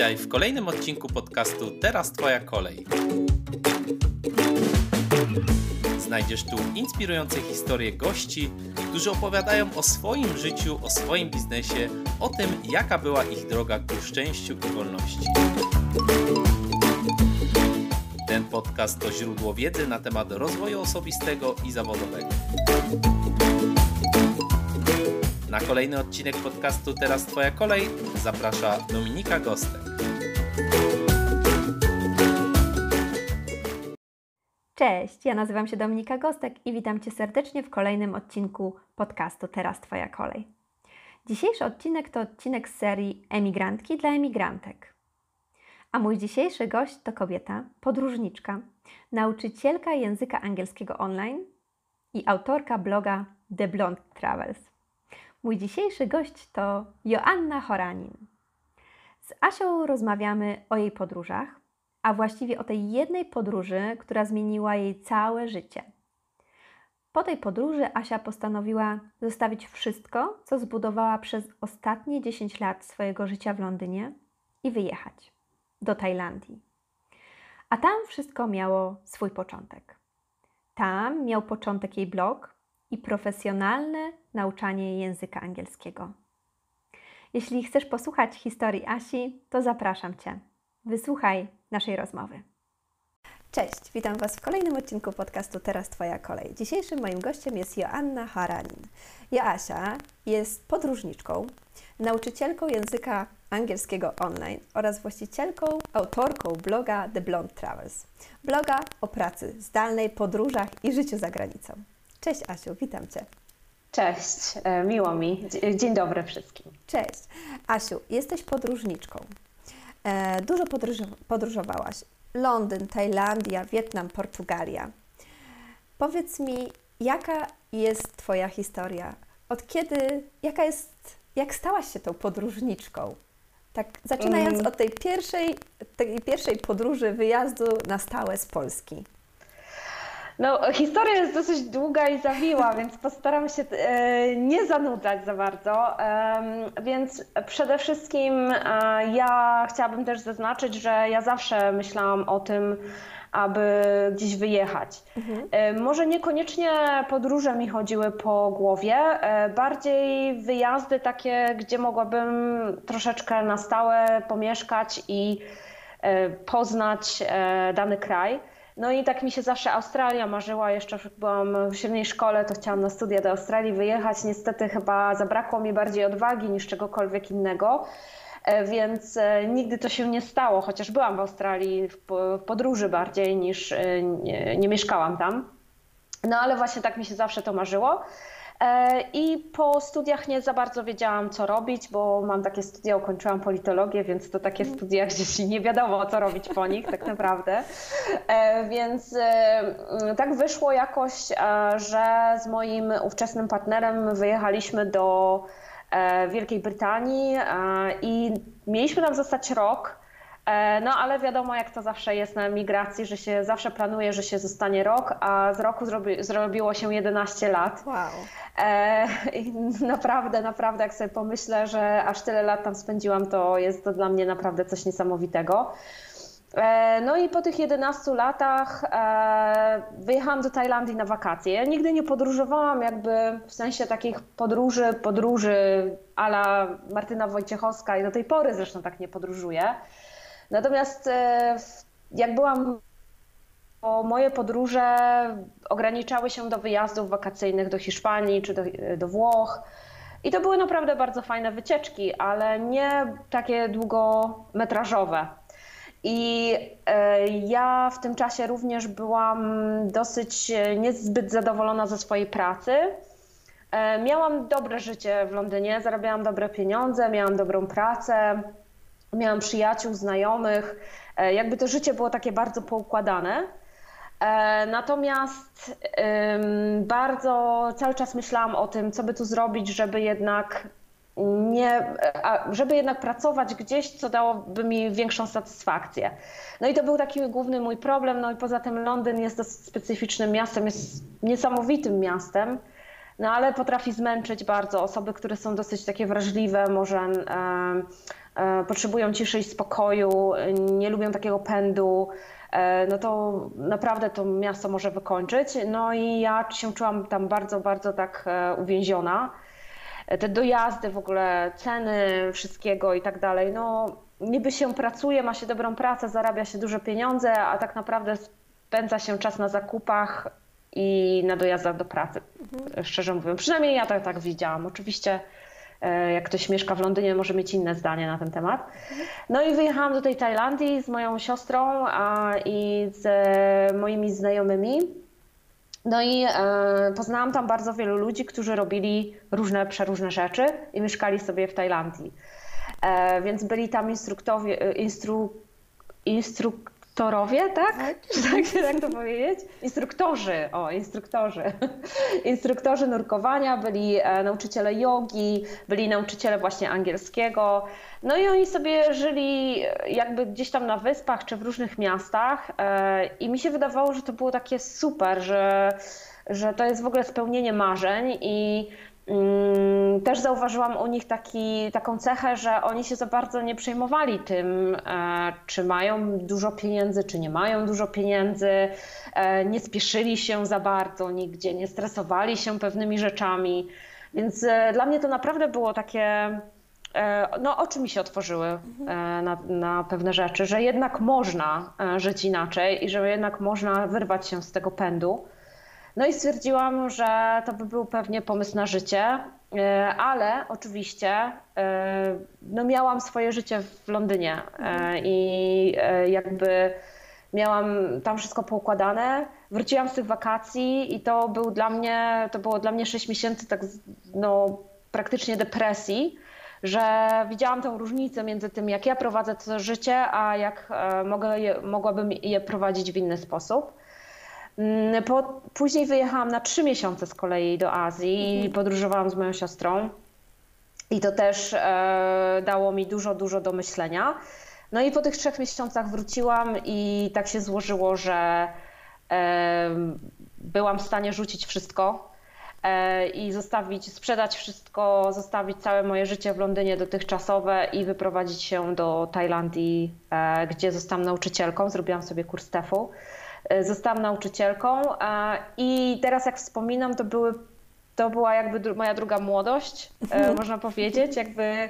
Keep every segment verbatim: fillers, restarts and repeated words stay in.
Witaj w kolejnym odcinku podcastu Teraz Twoja kolej. Znajdziesz tu inspirujące historie gości, którzy opowiadają o swoim życiu, o swoim biznesie, o tym, jaka była ich droga ku szczęściu i wolności. Ten podcast to źródło wiedzy na temat rozwoju osobistego i zawodowego. Na kolejny odcinek podcastu Teraz Twoja kolej zaprasza Dominika Gostek. Cześć, ja nazywam się Dominika Gostek i witam Cię serdecznie w kolejnym odcinku podcastu Teraz Twoja kolej. Dzisiejszy odcinek to odcinek z serii Emigrantki dla emigrantek. A mój dzisiejszy gość to kobieta, podróżniczka, nauczycielka języka angielskiego online i autorka bloga The Blonde Travels. Mój dzisiejszy gość to Joanna Horanin. Z Asią rozmawiamy o jej podróżach, a właściwie o tej jednej podróży, która zmieniła jej całe życie. Po tej podróży Asia postanowiła zostawić wszystko, co zbudowała przez ostatnie dziesięć lat swojego życia w Londynie i wyjechać do Tajlandii. A tam wszystko miało swój początek. Tam miał początek jej blog i profesjonalne nauczanie języka angielskiego. Jeśli chcesz posłuchać historii Asi, to zapraszam Cię. Wysłuchaj naszej rozmowy. Cześć, witam Was w kolejnym odcinku podcastu Teraz Twoja kolej. Dzisiejszym moim gościem jest Joanna Horanin. Joasia jest podróżniczką, nauczycielką języka angielskiego online oraz właścicielką, autorką bloga The Blonde Travels. Bloga o pracy zdalnej, podróżach i życiu za granicą. Cześć Asiu, witam Cię. Cześć, miło mi. Dzień dobry wszystkim. Cześć. Asiu, jesteś podróżniczką. Dużo podróżowałaś. Londyn, Tajlandia, Wietnam, Portugalia. Powiedz mi, jaka jest Twoja historia? Od kiedy, jaka jest, jak stałaś się tą podróżniczką? Tak, zaczynając mm. od tej pierwszej, tej pierwszej podróży, wyjazdu na stałe z Polski. No, historia jest dosyć długa i zawiła, więc postaram się e, nie zanudzać za bardzo. E, więc przede wszystkim e, ja chciałabym też zaznaczyć, że ja zawsze myślałam o tym, aby gdzieś wyjechać. Mhm. E, może niekoniecznie podróże mi chodziły po głowie, e, bardziej wyjazdy takie, gdzie mogłabym troszeczkę na stałe pomieszkać i e, poznać e, dany kraj. No i tak mi się zawsze Australia marzyła, jeszcze jak byłam w średniej szkole, to chciałam na studia do Australii wyjechać. Niestety chyba zabrakło mi bardziej odwagi niż czegokolwiek innego, więc nigdy to się nie stało, chociaż byłam w Australii w podróży bardziej niż nie, nie mieszkałam tam. No ale właśnie tak mi się zawsze to marzyło. I po studiach nie za bardzo wiedziałam, co robić, bo mam takie studia, ukończyłam politologię, więc to takie studia, gdzie nie wiadomo, co robić po nich tak naprawdę. Więc tak wyszło jakoś, że z moim ówczesnym partnerem wyjechaliśmy do Wielkiej Brytanii i mieliśmy tam zostać rok. No ale wiadomo, jak to zawsze jest na emigracji, że się zawsze planuje, że się zostanie rok, a z roku zrobi, zrobiło się jedenaście lat. Wow. E, naprawdę, naprawdę jak sobie pomyślę, że aż tyle lat tam spędziłam, to jest to dla mnie naprawdę coś niesamowitego. E, no i po tych jedenastu latach e, wyjechałam do Tajlandii na wakacje. Ja nigdy nie podróżowałam jakby w sensie takich podróży, podróży a la Martyna Wojciechowska i do tej pory zresztą tak nie podróżuję. Natomiast jak byłam, to moje podróże ograniczały się do wyjazdów wakacyjnych do Hiszpanii czy do, do Włoch i to były naprawdę bardzo fajne wycieczki, ale nie takie długometrażowe. I ja w tym czasie również byłam dosyć niezbyt zadowolona ze swojej pracy. Miałam dobre życie w Londynie, zarabiałam dobre pieniądze, miałam dobrą pracę. Miałam przyjaciół, znajomych, jakby to życie było takie bardzo poukładane. Natomiast bardzo cały czas myślałam o tym, co by tu zrobić, żeby jednak nie, żeby jednak pracować gdzieś, co dałoby mi większą satysfakcję. No i to był taki główny mój problem. No i poza tym Londyn jest dosyć specyficznym miastem, jest niesamowitym miastem. no ale potrafi zmęczyć bardzo osoby, które są dosyć takie wrażliwe, może e, e, potrzebują ciszy i spokoju, nie lubią takiego pędu, e, no to naprawdę to miasto może wykończyć. No i ja się czułam tam bardzo, bardzo tak e, uwięziona. Te dojazdy, w ogóle ceny wszystkiego i tak dalej, no niby się pracuje, ma się dobrą pracę, zarabia się duże pieniądze, a tak naprawdę spędza się czas na zakupach i na dojazdach do pracy, mhm. szczerze mówiąc. Przynajmniej ja tak, tak widziałam. Oczywiście jak ktoś mieszka w Londynie, może mieć inne zdanie na ten temat. No i wyjechałam do tej Tajlandii z moją siostrą a, i z moimi znajomymi. No i e, poznałam tam bardzo wielu ludzi, którzy robili różne, przeróżne rzeczy i mieszkali sobie w Tajlandii. E, więc byli tam instruktowie, instru, instruktorowie, tak? Czy tak się tak to powiedzieć? Instruktorzy, o, instruktorzy. Instruktorzy nurkowania, byli e, nauczyciele jogi, byli nauczyciele właśnie angielskiego. No i oni sobie żyli jakby gdzieś tam na wyspach czy w różnych miastach e, i mi się wydawało, że to było takie super, że, że to jest w ogóle spełnienie marzeń i mm, też zauważyłam u nich taki, taką cechę, że oni się za bardzo nie przejmowali tym, e, czy mają dużo pieniędzy, czy nie mają dużo pieniędzy, e, nie spieszyli się za bardzo nigdzie, nie stresowali się pewnymi rzeczami, więc e, dla mnie to naprawdę było takie... No, oczy mi się otworzyły na, na pewne rzeczy, że jednak można żyć inaczej i że jednak można wyrwać się z tego pędu. No i stwierdziłam, że to by był pewnie pomysł na życie, ale oczywiście no, miałam swoje życie w Londynie i jakby miałam tam wszystko poukładane. Wróciłam z tych wakacji i to był dla mnie, to było dla mnie sześć miesięcy tak no, praktycznie depresji, że widziałam tą różnicę między tym, jak ja prowadzę to życie, a jak mogę je, mogłabym je prowadzić w inny sposób. Po, później wyjechałam na trzy miesiące z kolei do Azji i podróżowałam z moją siostrą i to też e, dało mi dużo, dużo do myślenia. No i po tych trzech miesiącach wróciłam i tak się złożyło, że e, byłam w stanie rzucić wszystko i zostawić, sprzedać wszystko, zostawić całe moje życie w Londynie dotychczasowe i wyprowadzić się do Tajlandii, gdzie zostałam nauczycielką, zrobiłam sobie kurs tefu. Zostałam nauczycielką i teraz jak wspominam, to, były, to była jakby moja druga młodość, można powiedzieć, jakby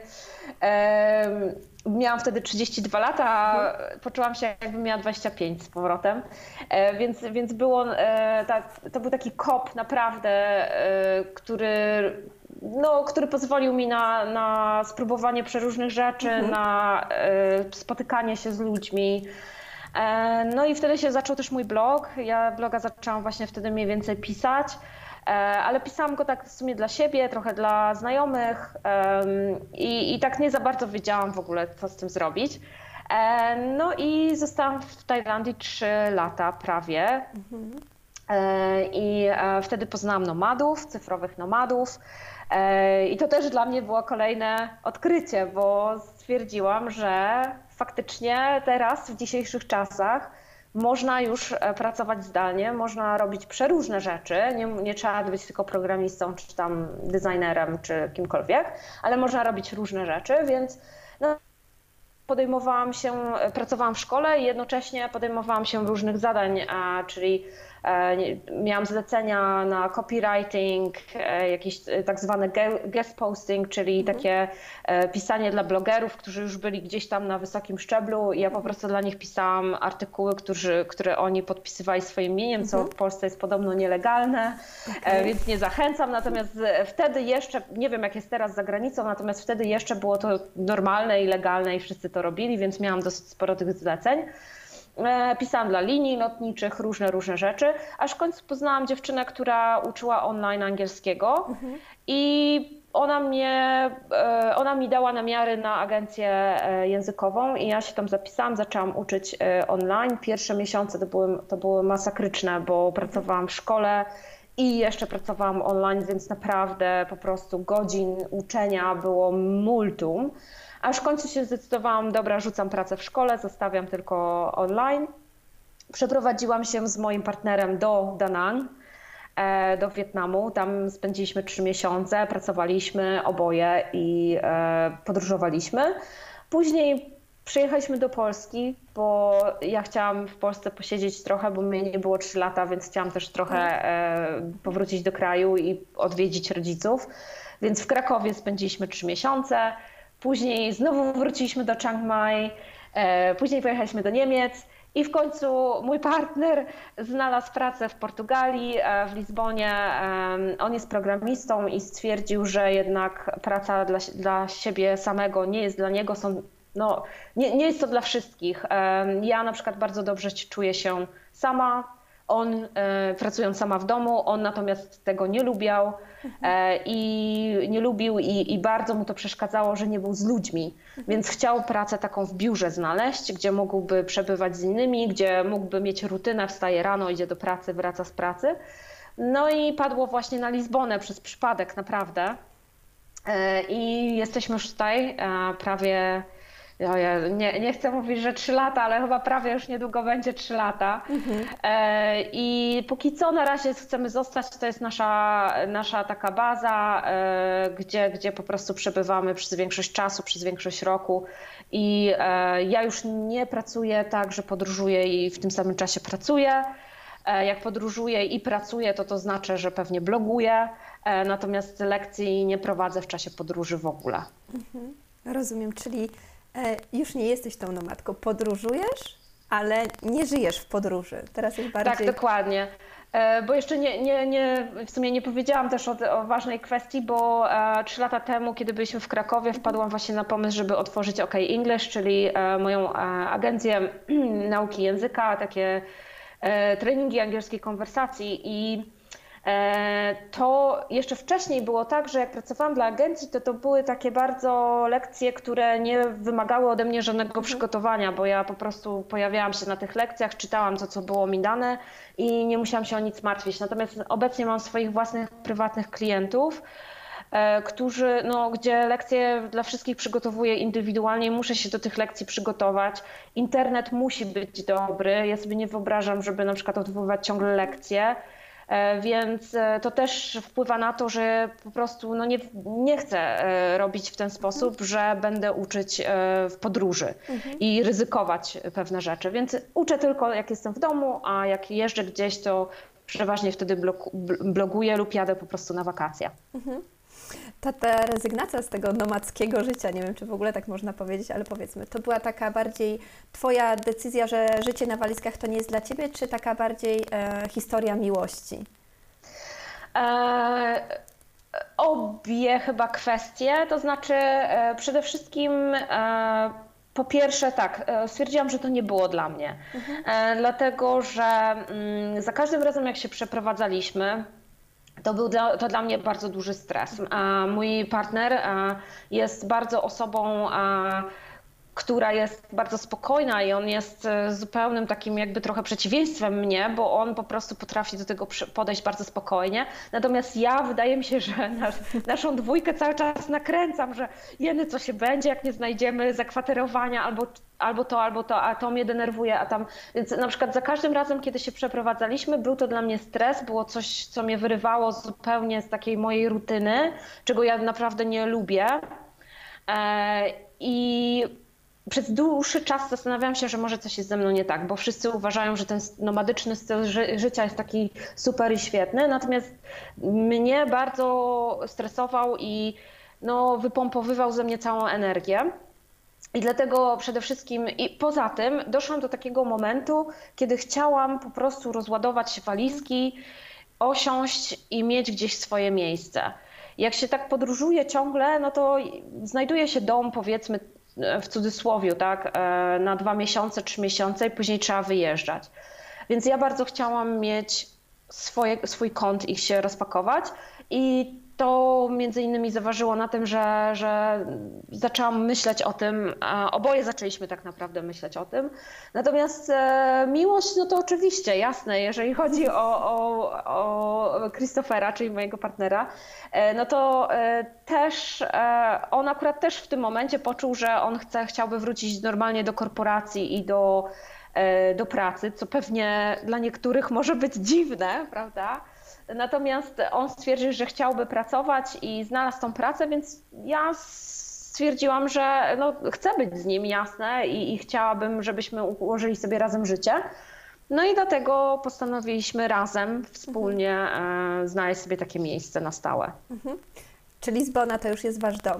miałam wtedy trzydzieści dwa lata, a poczułam się jakbym miała dwadzieścia pięć z powrotem, więc, więc było, to był taki kop naprawdę, który, no, który pozwolił mi na, na spróbowanie przeróżnych rzeczy, mhm. na spotykanie się z ludźmi. No i wtedy się zaczął też mój blog. Ja bloga zaczęłam właśnie wtedy mniej więcej pisać. Ale pisałam go tak w sumie dla siebie, trochę dla znajomych i, i tak nie za bardzo wiedziałam w ogóle, co z tym zrobić. No i zostałam w Tajlandii trzy lata prawie mhm. i wtedy poznałam nomadów, cyfrowych nomadów i to też dla mnie było kolejne odkrycie, bo stwierdziłam, że faktycznie teraz w dzisiejszych czasach można już pracować zdalnie, można robić przeróżne rzeczy, nie, nie trzeba być tylko programistą, czy tam designerem, czy kimkolwiek, ale można robić różne rzeczy, więc no, podejmowałam się, pracowałam w szkole i jednocześnie podejmowałam się różnych zadań, a, czyli miałam zlecenia na copywriting, jakieś tak zwane guest posting, czyli mhm. takie pisanie dla blogerów, którzy już byli gdzieś tam na wysokim szczeblu i ja po prostu dla nich pisałam artykuły, którzy, które oni podpisywali swoim imieniem, mhm. co w Polsce jest podobno nielegalne, okay. więc nie zachęcam. Natomiast wtedy jeszcze, nie wiem jak jest teraz za granicą, natomiast wtedy jeszcze było to normalne i legalne i wszyscy to robili, więc miałam dosyć sporo tych zleceń. Pisałam dla linii lotniczych, różne, różne rzeczy, aż w końcu poznałam dziewczynę, która uczyła online angielskiego mhm. i ona, mnie, ona mi dała namiary na agencję językową i ja się tam zapisałam, zaczęłam uczyć online. Pierwsze miesiące to były, to były masakryczne, bo pracowałam w szkole i jeszcze pracowałam online, więc naprawdę po prostu godzin uczenia było multum. Aż w końcu się zdecydowałam, dobra, rzucam pracę w szkole, zostawiam tylko online. Przeprowadziłam się z moim partnerem do Da Nang do Wietnamu. Tam spędziliśmy trzy miesiące, pracowaliśmy oboje i podróżowaliśmy. Później przyjechaliśmy do Polski, bo ja chciałam w Polsce posiedzieć trochę, bo mnie nie było trzy lata, więc chciałam też trochę powrócić do kraju i odwiedzić rodziców. Więc w Krakowie spędziliśmy trzy miesiące, później znowu wróciliśmy do Chiang Mai, później pojechaliśmy do Niemiec i w końcu mój partner znalazł pracę w Portugalii, w Lizbonie. On jest programistą i stwierdził, że jednak praca dla, dla siebie samego nie jest dla niego, są, no, nie, nie jest to dla wszystkich. Ja na przykład bardzo dobrze czuję się sama. On e, pracując sama w domu, on natomiast tego nie lubiał e, i nie lubił i, i bardzo mu to przeszkadzało, że nie był z ludźmi, więc chciał pracę taką w biurze znaleźć, gdzie mógłby przebywać z innymi, gdzie mógłby mieć rutynę, wstaje rano, idzie do pracy, wraca z pracy. No i padło właśnie na Lizbonę przez przypadek naprawdę e, i jesteśmy już tutaj e, prawie... Ja nie, nie chcę mówić, że trzy lata, ale chyba prawie już niedługo będzie trzy lata. Mhm. E, I póki co na razie chcemy zostać, to jest nasza, nasza taka baza, e, gdzie, gdzie po prostu przebywamy przez większość czasu, przez większość roku. I e, ja już nie pracuję tak, że podróżuję i w tym samym czasie pracuję. E, jak podróżuję i pracuję, to to znaczy, że pewnie bloguję, e, natomiast lekcji nie prowadzę w czasie podróży w ogóle. Mhm. Rozumiem, czyli już nie jesteś tą nomadką, podróżujesz, ale nie żyjesz w podróży. Teraz jest bardziej... Tak, dokładnie. Bo jeszcze nie, nie, nie, w sumie nie powiedziałam też o, o ważnej kwestii, bo trzy lata temu, kiedy byliśmy w Krakowie, wpadłam właśnie na pomysł, żeby otworzyć OK English, czyli moją agencję nauki języka, takie treningi angielskiej konwersacji i to jeszcze wcześniej było tak, że jak pracowałam dla agencji, to to były takie bardzo lekcje, które nie wymagały ode mnie żadnego przygotowania, bo ja po prostu pojawiałam się na tych lekcjach, czytałam to, co było mi dane i nie musiałam się o nic martwić. Natomiast obecnie mam swoich własnych, prywatnych klientów, którzy, no, gdzie lekcje dla wszystkich przygotowuję indywidualnie, muszę się do tych lekcji przygotować. Internet musi być dobry, ja sobie nie wyobrażam, żeby na przykład odbywać ciągle lekcje. Więc to też wpływa na to, że po prostu no nie, nie chcę robić w ten sposób, że będę uczyć w podróży mhm. i ryzykować pewne rzeczy. Więc uczę tylko jak jestem w domu, a jak jeżdżę gdzieś, to przeważnie wtedy bloguję lub jadę po prostu na wakacje. Mhm. Ta, ta rezygnacja z tego nomadzkiego życia, nie wiem, czy w ogóle tak można powiedzieć, ale powiedzmy, to była taka bardziej Twoja decyzja, że życie na walizkach to nie jest dla Ciebie, czy taka bardziej e, historia miłości? E, obie chyba kwestie, to znaczy e, przede wszystkim e, po pierwsze tak, stwierdziłam, że to nie było dla mnie, mhm. e, dlatego że mm, za każdym razem jak się przeprowadzaliśmy, To był dla, to dla mnie bardzo duży stres. A mój partner jest bardzo osobą, która jest bardzo spokojna i on jest zupełnym takim jakby trochę przeciwieństwem mnie, bo on po prostu potrafi do tego podejść bardzo spokojnie. Natomiast ja wydaje mi się, że nas, naszą dwójkę cały czas nakręcam, że jeny co się będzie, jak nie znajdziemy zakwaterowania albo albo to, albo to, a to mnie denerwuje, a tam... Więc na przykład za każdym razem, kiedy się przeprowadzaliśmy, był to dla mnie stres, było coś, co mnie wyrywało zupełnie z takiej mojej rutyny, czego ja naprawdę nie lubię. I przez dłuższy czas zastanawiałam się, że może coś jest ze mną nie tak, bo wszyscy uważają, że ten nomadyczny styl ży- życia jest taki super i świetny, natomiast mnie bardzo stresował i no, wypompowywał ze mnie całą energię. I dlatego przede wszystkim, i poza tym doszłam do takiego momentu, kiedy chciałam po prostu rozładować walizki, osiąść i mieć gdzieś swoje miejsce. Jak się tak podróżuje ciągle, no to znajduje się dom, powiedzmy w cudzysłowie, tak, na dwa miesiące, trzy miesiące i później trzeba wyjeżdżać. Więc ja bardzo chciałam mieć swoje, swój kąt i się rozpakować i to między innymi zaważyło na tym, że, że zaczęłam myśleć o tym, oboje zaczęliśmy tak naprawdę myśleć o tym. Natomiast e, miłość, no to oczywiście, jasne, jeżeli chodzi o, o, o Christophera, czyli mojego partnera, e, no to e, też e, on akurat też w tym momencie poczuł, że on chce, chciałby wrócić normalnie do korporacji i do, e, do pracy, co pewnie dla niektórych może być dziwne, prawda? natomiast on stwierdził, że chciałby pracować i znalazł tą pracę, więc ja stwierdziłam, że no, chcę być z nim, jasne, i, i chciałabym, żebyśmy ułożyli sobie razem życie. No i dlatego postanowiliśmy razem, wspólnie mhm. e, znaleźć sobie takie miejsce na stałe. Mhm. Czy Lizbona to już jest wasz dom?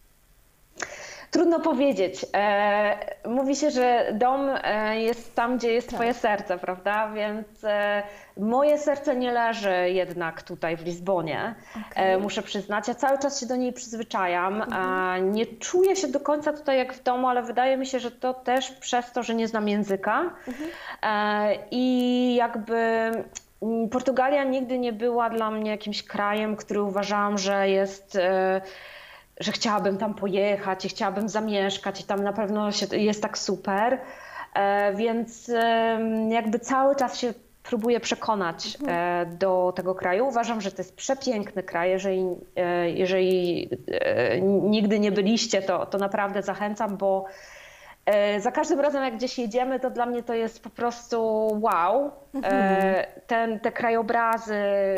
Trudno powiedzieć. E, mówi się, że dom e, jest tam, gdzie jest tak. twoje serce, prawda? Więc e, moje serce nie leży jednak tutaj w Lizbonie, okay. e, muszę przyznać. Ja cały czas się do niej przyzwyczajam. Mhm. E, nie czuję się do końca tutaj jak w domu, ale wydaje mi się, że to też przez to, że nie znam języka. Mhm. E, I jakby Portugalia nigdy nie była dla mnie jakimś krajem, który uważałam, że jest... E, że chciałabym tam pojechać i chciałabym zamieszkać i tam na pewno się, jest tak super, e, więc e, jakby cały czas się próbuję przekonać e, do tego kraju. Uważam, że to jest przepiękny kraj, jeżeli, e, jeżeli e, nigdy nie byliście, to, to naprawdę zachęcam, bo e, za każdym razem jak gdzieś jedziemy, to dla mnie to jest po prostu wow, e, ten, te krajobrazy,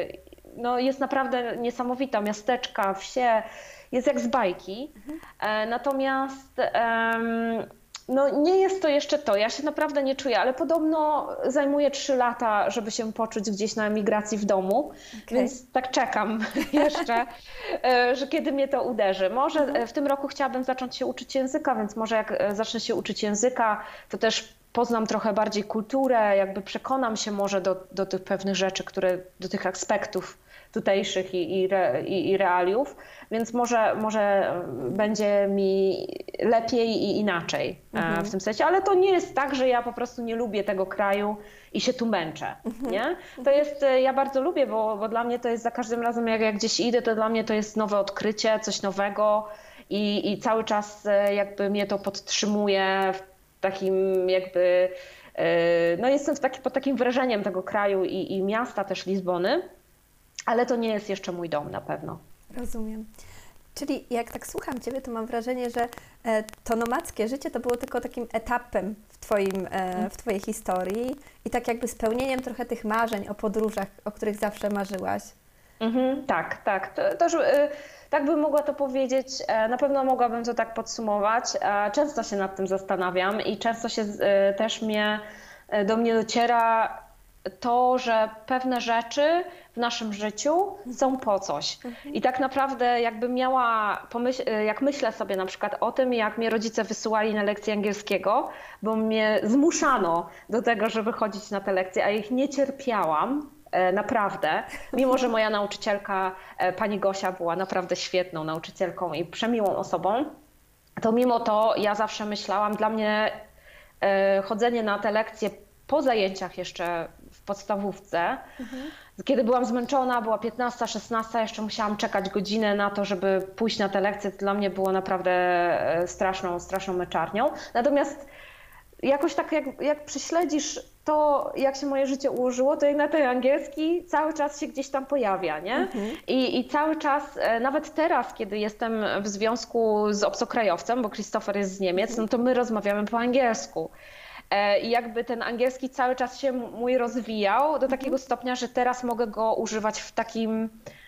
no jest naprawdę niesamowita, miasteczka, wsie, jest jak z bajki, mhm. natomiast um, no nie jest to jeszcze to, ja się naprawdę nie czuję, ale podobno zajmuje trzy lata, żeby się poczuć gdzieś na emigracji w domu, okay. więc tak czekam jeszcze, że kiedy mnie to uderzy. Może mhm. w tym roku chciałabym zacząć się uczyć języka, więc może jak zacznę się uczyć języka, to też poznam trochę bardziej kulturę, jakby przekonam się może do, do tych pewnych rzeczy, które, do tych aspektów tutejszych i, i, re, i, i realiów, więc może, może będzie mi lepiej i inaczej mhm. w tym sensie, ale to nie jest tak, że ja po prostu nie lubię tego kraju i się tu męczę, mhm. nie? To jest, ja bardzo lubię, bo, bo dla mnie to jest za każdym razem, jak, jak gdzieś idę, to dla mnie to jest nowe odkrycie, coś nowego i, i cały czas jakby mnie to podtrzymuje w takim jakby, no jestem w taki, pod takim wrażeniem tego kraju i, i miasta też Lizbony, ale to nie jest jeszcze mój dom na pewno. Rozumiem. Czyli jak tak słucham Ciebie, to mam wrażenie, że to nomadzkie życie to było tylko takim etapem w, twoim, w Twojej historii i tak jakby spełnieniem trochę tych marzeń o podróżach, o których zawsze marzyłaś. Mhm, tak, tak. To, to, tak bym mogła to powiedzieć. Na pewno mogłabym to tak podsumować. Często się nad tym zastanawiam i często się też mnie, do mnie dociera to, że pewne rzeczy w naszym życiu są po coś. I tak naprawdę jakbym miała, pomyśl, jak myślę sobie na przykład o tym, jak mnie rodzice wysyłali na lekcje angielskiego, bo mnie zmuszano do tego, żeby chodzić na te lekcje, a ich nie cierpiałam, naprawdę, mimo że moja nauczycielka, pani Gosia, była naprawdę świetną nauczycielką i przemiłą osobą, to mimo to ja zawsze myślałam, dla mnie chodzenie na te lekcje po zajęciach jeszcze w podstawówce, mhm. kiedy byłam zmęczona, była piętnasta, szesnasta, jeszcze musiałam czekać godzinę na to, żeby pójść na te lekcje, to dla mnie było naprawdę straszną, straszną męczarnią. Natomiast jakoś tak jak, jak prześledzisz to, jak się moje życie ułożyło, to jednak ten angielski cały czas się gdzieś tam pojawia, nie? Mhm. I, I cały czas, nawet teraz, kiedy jestem w związku z obcokrajowcem, bo Christopher jest z Niemiec, mhm. no to my rozmawiamy po angielsku. I jakby ten angielski cały czas się mój rozwijał do takiego stopnia, że teraz mogę go używać w takim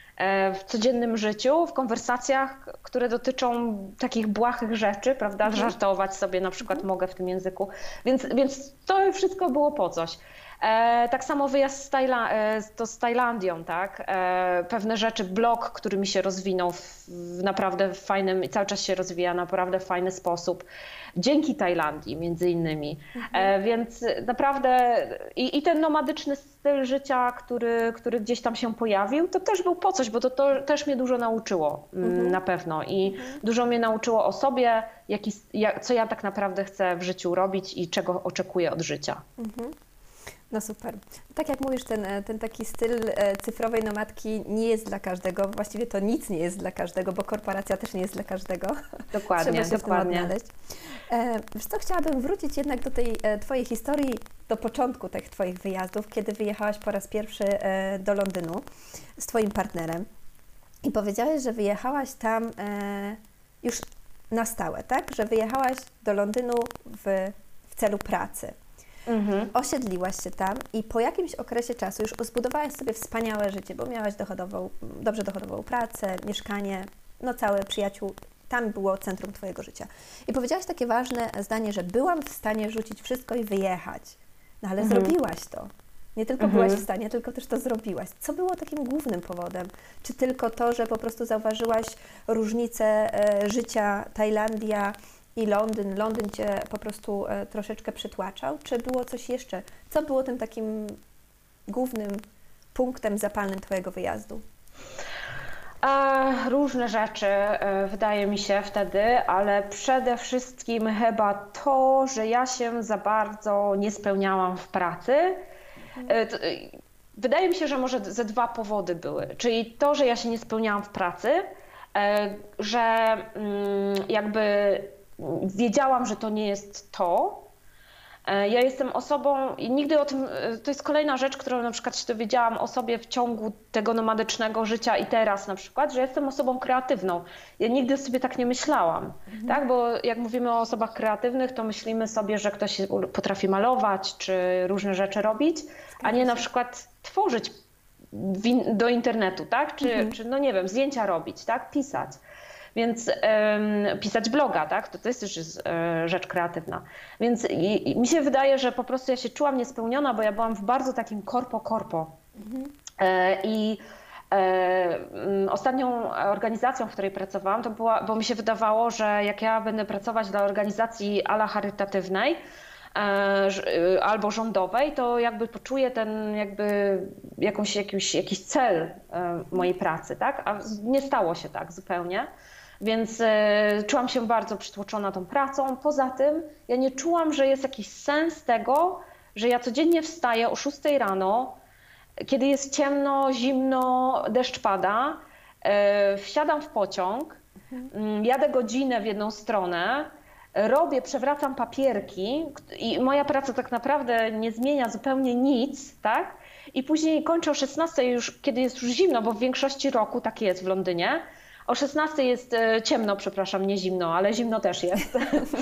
w codziennym życiu, w konwersacjach, które dotyczą takich błahych rzeczy, prawda? Mhm. Żartować sobie na przykład mhm. mogę w tym języku, więc, więc to wszystko było po coś. E, tak samo wyjazd z, Tajla to z Tajlandią, tak? E, pewne rzeczy, blog, który mi się rozwinął w, w naprawdę fajnym i cały czas się rozwija w naprawdę fajny sposób. Dzięki Tajlandii między innymi. Mhm. E, więc naprawdę i, i ten nomadyczny styl życia, który, który gdzieś tam się pojawił, to też był po coś, bo to, to też mnie dużo nauczyło mhm. na pewno i mhm. dużo mnie nauczyło o sobie, jaki, jak, co ja tak naprawdę chcę w życiu robić i czego oczekuję od życia. Mhm. No super. Tak jak mówisz, ten, ten taki styl cyfrowej nomadki nie jest dla każdego. Właściwie to nic nie jest dla każdego, bo korporacja też nie jest dla każdego. Dokładnie, Trzeba się dokładnie. w tym odnaleźć. E, wiesz co, chciałabym wrócić jednak do tej e, Twojej historii, do początku tych Twoich wyjazdów, kiedy wyjechałaś po raz pierwszy e, do Londynu z Twoim partnerem i powiedziałaś, że wyjechałaś tam e, już na stałe, tak? Że wyjechałaś do Londynu w, w celu pracy. mhm. osiedliłaś się tam i po jakimś okresie czasu już zbudowałaś sobie wspaniałe życie, bo miałaś dochodową, dobrze dochodową pracę, mieszkanie, no całe przyjaciół. Tam było centrum Twojego życia. I powiedziałaś takie ważne zdanie, że byłam w stanie rzucić wszystko i wyjechać. No ale mhm. zrobiłaś to. Nie tylko mhm. byłaś w stanie, tylko też to zrobiłaś. Co było takim głównym powodem? Czy tylko to, że po prostu zauważyłaś różnicę e, życia Tajlandia i Londyn? Londyn Cię po prostu e, troszeczkę przytłaczał? Czy było coś jeszcze? Co było tym takim głównym punktem zapalnym Twojego wyjazdu? Różne rzeczy, wydaje mi się wtedy, ale przede wszystkim chyba to, że ja się za bardzo nie spełniałam w pracy. Wydaje mi się, że może ze dwa powody były, czyli to, że ja się nie spełniałam w pracy, że jakby wiedziałam, że to nie jest to. Ja jestem osobą i nigdy o tym, to jest kolejna rzecz, którą na przykład się dowiedziałam o sobie w ciągu tego nomadycznego życia i teraz na przykład, że jestem osobą kreatywną. Ja nigdy sobie tak nie myślałam, mhm. tak? Bo jak mówimy o osobach kreatywnych, to myślimy sobie, że ktoś potrafi malować czy różne rzeczy robić, a nie na przykład tworzyć do internetu, tak? Czy, mhm. czy no nie wiem, zdjęcia robić, tak? Pisać. Więc um, pisać bloga, tak? To, to jest też jest, e, rzecz kreatywna. Więc i, i mi się wydaje, że po prostu ja się czułam niespełniona, bo ja byłam w bardzo takim korpo-korpo. Mhm. E, I e, ostatnią organizacją, w której pracowałam, to była, bo mi się wydawało, że jak ja będę pracować dla organizacji ala charytatywnej, albo rządowej, to jakby poczuję ten jakby jakąś, jakiś, jakiś cel mojej pracy, tak? A nie stało się tak zupełnie, więc czułam się bardzo przytłoczona tą pracą. Poza tym ja nie czułam, że jest jakiś sens tego, że ja codziennie wstaję o szóstej rano, kiedy jest ciemno, zimno, deszcz pada, wsiadam w pociąg, jadę godzinę w jedną stronę, robię, przewracam papierki i moja praca tak naprawdę nie zmienia zupełnie nic, tak? I później kończę o szesnastej już, kiedy jest już zimno, bo w większości roku tak jest w Londynie. O szesnastej jest ciemno, przepraszam, nie zimno, ale zimno też jest.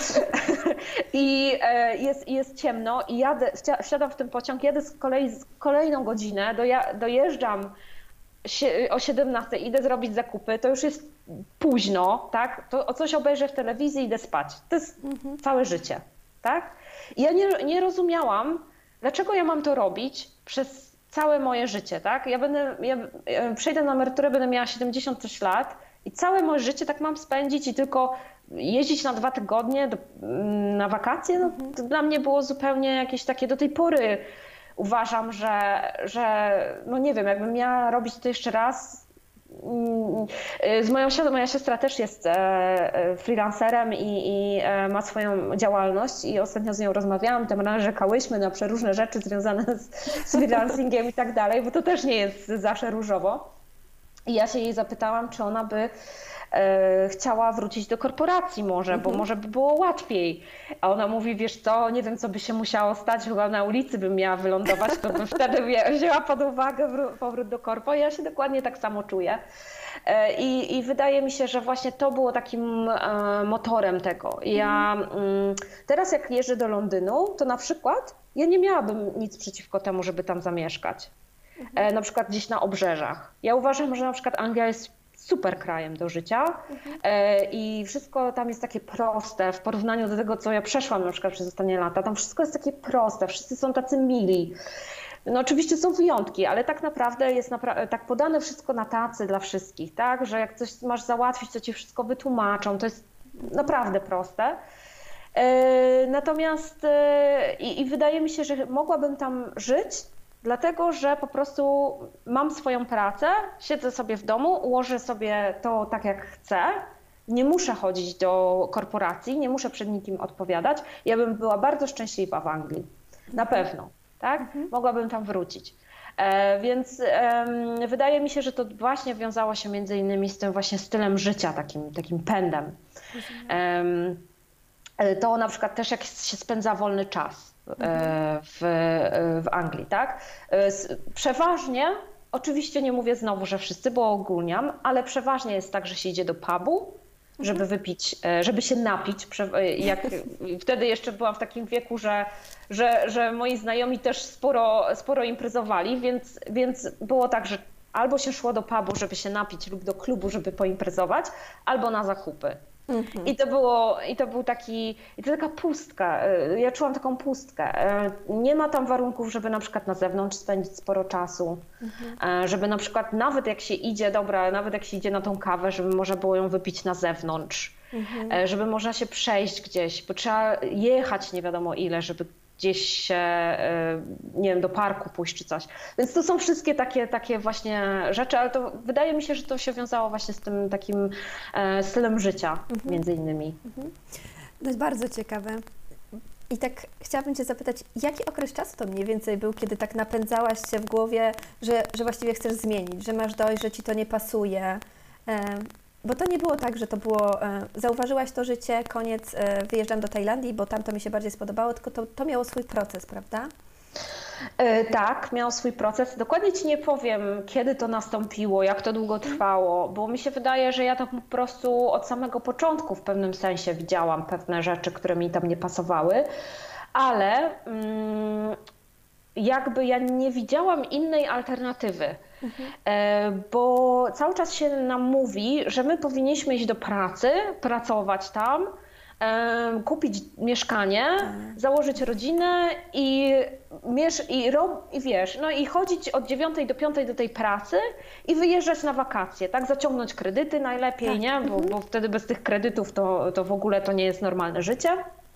I jest, jest ciemno i jadę, wsiadam w ten pociąg, jadę z kolei z kolejną godzinę, doja, dojeżdżam o siedemnastej, idę zrobić zakupy, to już jest późno, tak? To o coś obejrzę w telewizji, idę spać. To jest mhm. całe życie, tak? I ja nie, nie rozumiałam, dlaczego ja mam to robić przez całe moje życie, tak? Ja będę, ja przejdę na emeryturę, będę miała siedemdziesiąt coś lat i całe moje życie tak mam spędzić i tylko jeździć na dwa tygodnie do, na wakacje, no, to dla mnie było zupełnie jakieś takie do tej pory. Uważam, że, że no nie wiem, jakbym miała robić to jeszcze raz. Z moją siostrą, moja siostra też jest freelancerem i, i ma swoją działalność i ostatnio z nią rozmawiałam, tam narzekałyśmy na przeróżne rzeczy związane z, z freelancingiem i tak dalej, bo to też nie jest zawsze różowo. I ja się jej zapytałam, czy ona by e, chciała wrócić do korporacji może, bo może by było łatwiej. A ona mówi, wiesz co, nie wiem co by się musiało stać, chyba na ulicy bym miała wylądować, to bym wtedy wzięła pod uwagę powrót do korpo. Ja się dokładnie tak samo czuję. E, i, I wydaje mi się, że właśnie to było takim e, motorem tego. Ja mm, teraz jak jeżdżę do Londynu, to na przykład ja nie miałabym nic przeciwko temu, żeby tam zamieszkać. Na przykład gdzieś na obrzeżach. Ja uważam, że na przykład Anglia jest super krajem do życia mhm. i wszystko tam jest takie proste w porównaniu do tego, co ja przeszłam na przykład przez ostatnie lata. Tam wszystko jest takie proste, wszyscy są tacy mili. No oczywiście są wyjątki, ale tak naprawdę jest napra- tak podane wszystko na tacy dla wszystkich, tak? Że jak coś masz załatwić, to ci wszystko wytłumaczą. To jest naprawdę proste. Natomiast i, i wydaje mi się, że mogłabym tam żyć, dlatego, że po prostu mam swoją pracę, siedzę sobie w domu, ułożę sobie to tak jak chcę, nie muszę chodzić do korporacji, nie muszę przed nikim odpowiadać. Ja bym była bardzo szczęśliwa w Anglii, na pewno, tak? Mhm. Mogłabym tam wrócić. E, więc e, wydaje mi się, że to właśnie wiązało się między innymi z tym właśnie stylem życia, takim, takim pędem. Mhm. E, to na przykład też jak się spędza wolny czas. W, w Anglii, tak? Przeważnie, oczywiście nie mówię znowu, że wszyscy, bo ogólniam, ale przeważnie jest tak, że się idzie do pubu, żeby wypić, żeby się napić. Jak wtedy jeszcze byłam w takim wieku, że, że, że moi znajomi też sporo, sporo imprezowali, więc, więc było tak, że albo się szło do pubu, żeby się napić, lub do klubu, żeby poimprezować, albo na zakupy. Mhm. I to było, i to był taki, i to taka pustka, ja czułam taką pustkę. Nie ma tam warunków, żeby na przykład na zewnątrz spędzić sporo czasu, mhm. żeby na przykład nawet jak się idzie, dobra, nawet jak się idzie na tą kawę, żeby można było ją wypić na zewnątrz, mhm. żeby można się przejść gdzieś, bo trzeba jechać nie wiadomo ile, żeby gdzieś się, nie wiem, do parku pójść czy coś. Więc to są wszystkie takie, takie właśnie rzeczy, ale to wydaje mi się, że to się wiązało właśnie z tym takim stylem życia, mhm. między innymi. Mhm. To jest bardzo ciekawe. I tak chciałabym Cię zapytać, jaki okres czasu to mniej więcej był, kiedy tak napędzałaś się w głowie, że, że właściwie chcesz zmienić, że masz dość, że Ci to nie pasuje? Bo to nie było tak, że to było, zauważyłaś to życie, koniec, wyjeżdżam do Tajlandii, bo tam to mi się bardziej spodobało, tylko to, to miało swój proces, prawda? Tak, miało swój proces. Dokładnie Ci nie powiem, kiedy to nastąpiło, jak to długo trwało, bo mi się wydaje, że ja to po prostu od samego początku w pewnym sensie widziałam pewne rzeczy, które mi tam nie pasowały, ale mm, jakby ja nie widziałam innej alternatywy. Mhm. Bo cały czas się nam mówi, że my powinniśmy iść do pracy, pracować tam, kupić mieszkanie, mhm. założyć rodzinę i, i, i wiesz, no i chodzić od dziewiątej do piątej do tej pracy i wyjeżdżać na wakacje, tak? Zaciągnąć kredyty najlepiej, tak. nie? Bo, bo wtedy bez tych kredytów to, to w ogóle to nie jest normalne życie.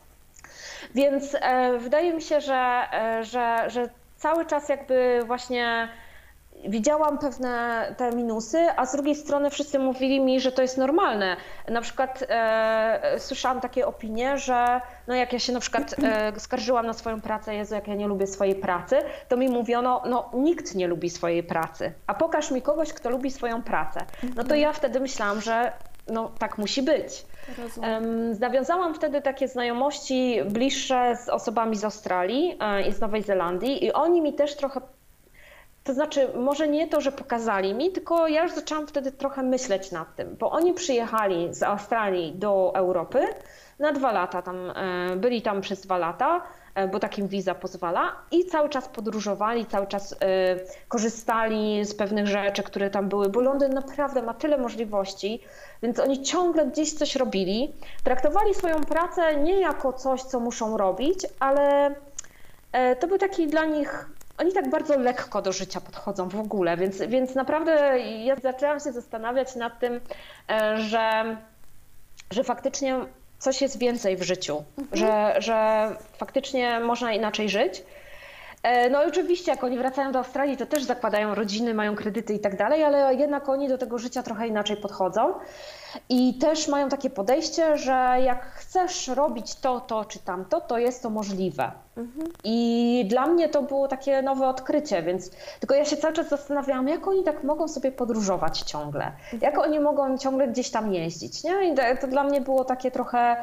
Więc e, wydaje mi się, że, e, że, że cały czas jakby właśnie widziałam pewne te minusy, a z drugiej strony wszyscy mówili mi, że to jest normalne. Na przykład e, słyszałam takie opinie, że no jak ja się na przykład e, skarżyłam na swoją pracę, Jezu, jak ja nie lubię swojej pracy, to mi mówiono, no nikt nie lubi swojej pracy, a pokaż mi kogoś, kto lubi swoją pracę. No to ja wtedy myślałam, że no tak musi być. Um, nawiązałam wtedy takie znajomości bliższe z osobami z Australii e, i z Nowej Zelandii i oni mi też trochę, to znaczy może nie to, że pokazali mi, tylko ja już zaczęłam wtedy trochę myśleć nad tym, bo oni przyjechali z Australii do Europy na dwa lata, tam, e, byli tam przez dwa lata, e, bo takim wiza pozwala i cały czas podróżowali, cały czas e, korzystali z pewnych rzeczy, które tam były, bo Londyn naprawdę ma tyle możliwości, więc oni ciągle gdzieś coś robili, traktowali swoją pracę nie jako coś, co muszą robić, ale e, to był taki dla nich, oni tak bardzo lekko do życia podchodzą w ogóle, więc, więc naprawdę ja zaczęłam się zastanawiać nad tym, e, że, że faktycznie coś jest więcej w życiu, mhm. że, że faktycznie można inaczej żyć. No i oczywiście jak oni wracają do Australii, to też zakładają rodziny, mają kredyty i tak dalej, ale jednak oni do tego życia trochę inaczej podchodzą i też mają takie podejście, że jak chcesz robić to, to czy tamto, to jest to możliwe. Mhm. I dla mnie to było takie nowe odkrycie, więc tylko ja się cały czas zastanawiałam, jak oni tak mogą sobie podróżować ciągle, jak oni mogą ciągle gdzieś tam jeździć, nie? I to dla mnie było takie trochę,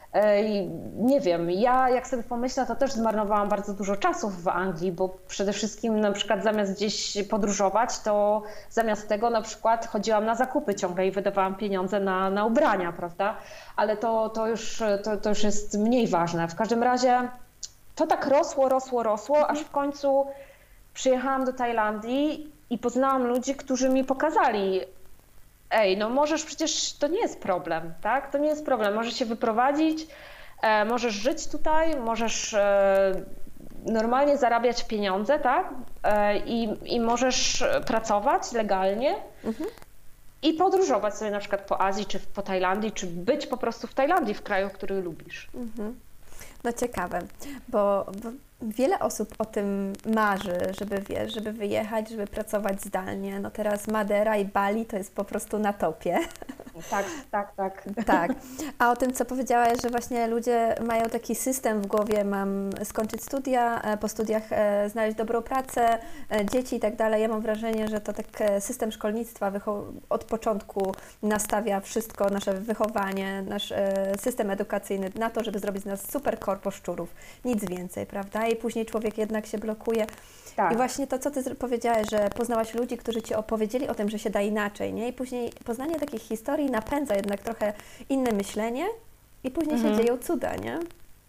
nie wiem, ja jak sobie pomyślę, to też zmarnowałam bardzo dużo czasu w Anglii, bo przede wszystkim na przykład zamiast gdzieś podróżować, to zamiast tego na przykład chodziłam na zakupy ciągle i wydawałam pieniądze na, na ubrania, prawda? Ale to, to, już, to, to już jest mniej ważne. W każdym razie to tak rosło, rosło, rosło, aż w końcu przyjechałam do Tajlandii i poznałam ludzi, którzy mi pokazali, ej, no możesz przecież, to nie jest problem, tak? To nie jest problem, możesz się wyprowadzić, e, możesz żyć tutaj, możesz e, normalnie zarabiać pieniądze, tak? E, i, I możesz pracować legalnie mhm. i podróżować sobie na przykład po Azji, czy po Tajlandii, czy być po prostu w Tajlandii, w kraju, który lubisz. Mhm. No ciekawe, bo, bo wiele osób o tym marzy, żeby, wiesz, żeby wyjechać, żeby pracować zdalnie. No teraz Madera i Bali to jest po prostu na topie. Tak, tak, tak. Tak. A o tym, co powiedziałaś, że właśnie ludzie mają taki system w głowie, mam skończyć studia, po studiach znaleźć dobrą pracę, dzieci i tak dalej. Ja mam wrażenie, że to tak system szkolnictwa od początku nastawia wszystko, nasze wychowanie, nasz system edukacyjny na to, żeby zrobić z nas super korpo szczurów. Nic więcej, prawda? I później człowiek jednak się blokuje. Tak. I właśnie to, co Ty powiedziałaś, że poznałaś ludzi, którzy Ci opowiedzieli o tym, że się da inaczej, nie? I później poznanie takich historii czasami napędza jednak trochę inne myślenie i później Mhm. się dzieją cuda, nie?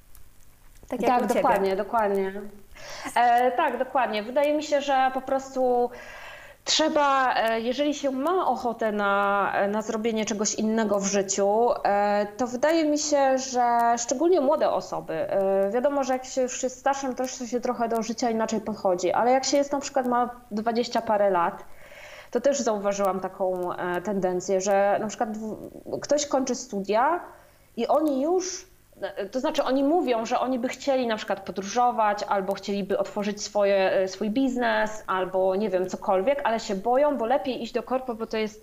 Tak jak Tak, u Ciebie. dokładnie, dokładnie. E, tak, dokładnie. Wydaje mi się, że po prostu trzeba, e, jeżeli się ma ochotę na, na zrobienie czegoś innego w życiu, e, to wydaje mi się, że szczególnie młode osoby, e, wiadomo, że jak się już jest starszym, to się trochę do życia inaczej podchodzi, ale jak się jest na przykład ma dwadzieścia parę lat, to też zauważyłam taką e, tendencję, że na przykład w- ktoś kończy studia i oni już, to znaczy oni mówią, że oni by chcieli na przykład podróżować, albo chcieliby otworzyć swoje, e, swój biznes, albo nie wiem, cokolwiek, ale się boją, bo lepiej iść do korpo, bo to jest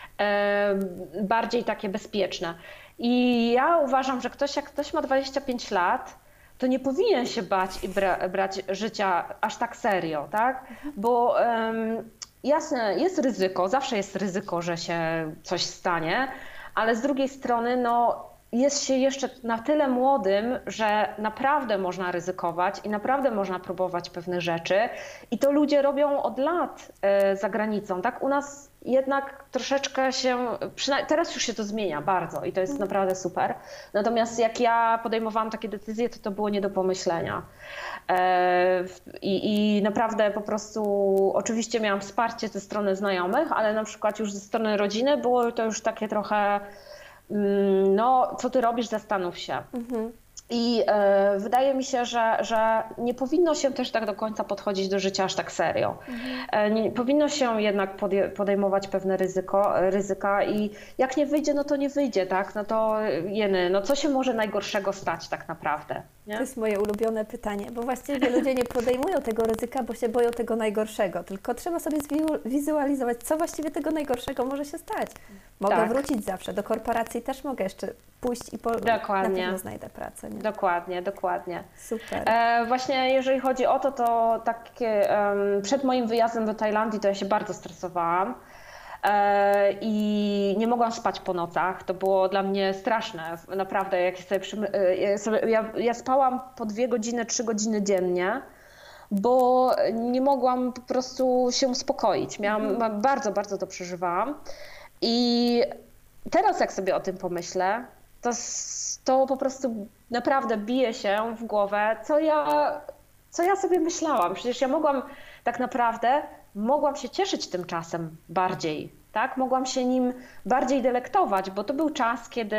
e, bardziej takie bezpieczne. I ja uważam, że ktoś, jak ktoś ma dwadzieścia pięć lat, to nie powinien się bać i bra brać życia aż tak serio, tak? Bo em, jasne, jest ryzyko, zawsze jest ryzyko, że się coś stanie, ale z drugiej strony, no, jest się jeszcze na tyle młodym, że naprawdę można ryzykować i naprawdę można próbować pewnych rzeczy. I to ludzie robią od lat e, za granicą, tak? U nas jednak troszeczkę się, przynajmniej teraz już się to zmienia bardzo i to jest naprawdę super. Natomiast jak ja podejmowałam takie decyzje, to to było nie do pomyślenia. E, I, i naprawdę po prostu, oczywiście miałam wsparcie ze strony znajomych, ale na przykład już ze strony rodziny było to już takie trochę, mm, no co ty robisz, zastanów się. Mhm. I e, wydaje mi się, że, że nie powinno się też tak do końca podchodzić do życia aż tak serio. E, nie, powinno się jednak podje, podejmować pewne ryzyko, ryzyka i jak nie wyjdzie, no to nie wyjdzie, tak? No to jeny, no co się może najgorszego stać tak naprawdę? Nie? To jest moje ulubione pytanie, bo właściwie ludzie nie podejmują tego ryzyka, bo się boją tego najgorszego, tylko trzeba sobie zwizualizować, co właściwie tego najgorszego może się stać. Mogę Tak. wrócić zawsze, do korporacji też mogę jeszcze pójść i po, na Dokładnie. pewno znajdę pracę. Nie? Dokładnie, dokładnie. Super. E, właśnie jeżeli chodzi o to, to takie, em, przed moim wyjazdem do Tajlandii to ja się bardzo stresowałam e, i nie mogłam spać po nocach. To było dla mnie straszne, naprawdę. Jak sobie, przym- e, ja, sobie ja, ja spałam po dwie godziny, trzy godziny dziennie, bo nie mogłam po prostu się uspokoić. Miałam, ma- bardzo, bardzo to przeżywałam. I teraz jak sobie o tym pomyślę, to, s- to po prostu naprawdę bije się w głowę, co ja, co ja sobie myślałam. Przecież ja mogłam tak naprawdę, mogłam się cieszyć tym czasem bardziej, tak? Mogłam się nim bardziej delektować, bo to był czas, kiedy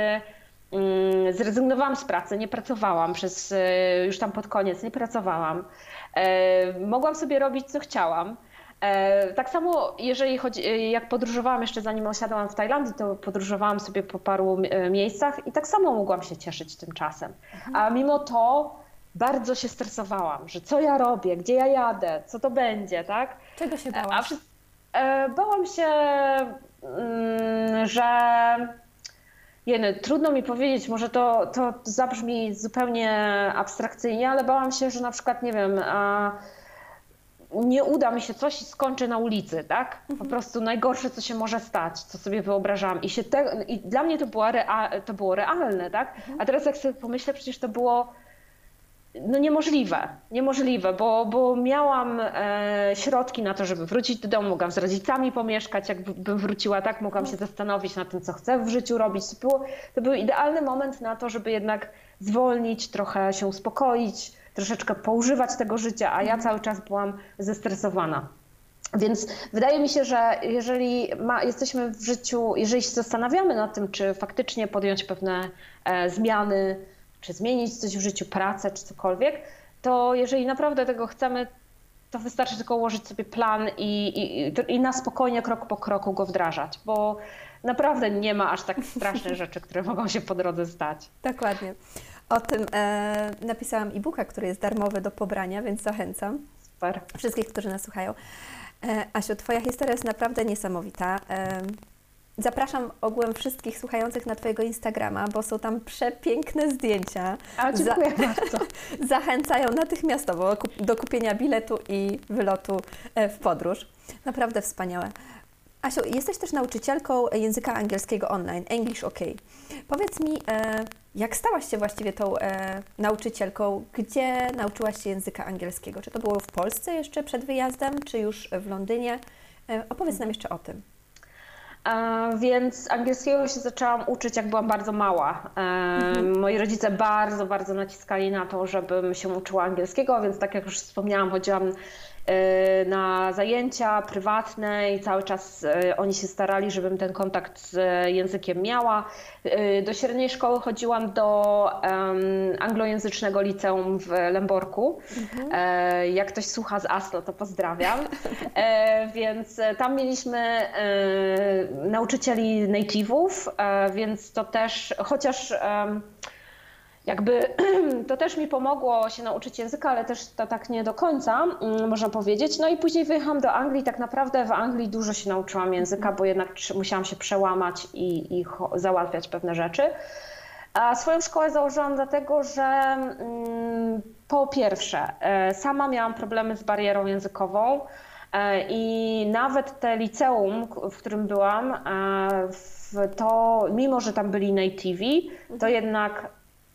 mm, zrezygnowałam z pracy, nie pracowałam przez, y, już tam pod koniec, nie pracowałam. E, mogłam sobie robić, co chciałam. E, Tak samo, jeżeli chodzi, jak podróżowałam jeszcze zanim osiadłam w Tajlandii, to podróżowałam sobie po paru e, miejscach i tak samo mogłam się cieszyć tym czasem. A mimo to bardzo się stresowałam, że co ja robię, gdzie ja jadę, co to będzie, tak? Czego się A bałaś? wszy- e, bałam się, mm, że jeny, trudno mi powiedzieć, może to, to zabrzmi zupełnie abstrakcyjnie, ale bałam się, że na przykład, nie wiem, a, nie uda mi się coś i skończę na ulicy, tak? Po prostu najgorsze, co się może stać, co sobie wyobrażałam. I, się te, i dla mnie to, była rea, to było realne, tak? A teraz jak sobie pomyślę, przecież to było no niemożliwe, niemożliwe, bo, bo miałam e, środki na to, żeby wrócić do domu, mogłam z rodzicami pomieszkać, jakbym wróciła, tak? Mogłam się zastanowić nad tym, co chcę w życiu robić. To, było, to był idealny moment na to, żeby jednak zwolnić, trochę się uspokoić, troszeczkę poużywać tego życia, a ja cały czas byłam zestresowana. Więc wydaje mi się, że jeżeli ma, jesteśmy w życiu, jeżeli się zastanawiamy nad tym, czy faktycznie podjąć pewne e, zmiany, czy zmienić coś w życiu, pracę, czy cokolwiek, to jeżeli naprawdę tego chcemy, to wystarczy tylko ułożyć sobie plan i, i, i na spokojnie, krok po kroku go wdrażać, bo naprawdę nie ma aż tak strasznych rzeczy, które mogą się po drodze stać. Dokładnie. O tym e, napisałam e-booka, który jest darmowy do pobrania, więc zachęcam Super. wszystkich, którzy nas słuchają. E, Asiu, Twoja historia jest naprawdę niesamowita. E, zapraszam ogółem wszystkich słuchających na Twojego Instagrama, bo są tam przepiękne zdjęcia. A, dziękuję bardzo. Zachęcają natychmiastowo do kupienia biletu i wylotu e, w podróż. Naprawdę wspaniałe. Asiu, jesteś też nauczycielką języka angielskiego online, English OK. Powiedz mi, e, jak stałaś się właściwie tą e, nauczycielką? Gdzie nauczyłaś się języka angielskiego? Czy to było w Polsce jeszcze przed wyjazdem, czy już w Londynie? E, opowiedz nam jeszcze o tym. Więc angielskiego się zaczęłam uczyć, jak byłam bardzo mała. Mhm. Moi rodzice bardzo, bardzo naciskali na to, żebym się uczyła angielskiego, więc tak jak już wspomniałam, chodziłam na zajęcia prywatne i cały czas oni się starali, żebym ten kontakt z językiem miała. Do średniej szkoły chodziłam do anglojęzycznego liceum w Lęborku. Mhm. Jak ktoś słucha z Aslo, to pozdrawiam. Więc tam mieliśmy nauczycieli native'ów, więc to też, chociaż jakby to też mi pomogło się nauczyć języka, ale też to tak nie do końca, można powiedzieć. No i później wyjechałam do Anglii. Tak naprawdę w Anglii dużo się nauczyłam języka, bo jednak musiałam się przełamać i, i załatwiać pewne rzeczy. A swoją szkołę założyłam dlatego, że mm, po pierwsze sama miałam problemy z barierą językową i nawet te liceum, w którym byłam, to mimo, że tam byli native'i, to jednak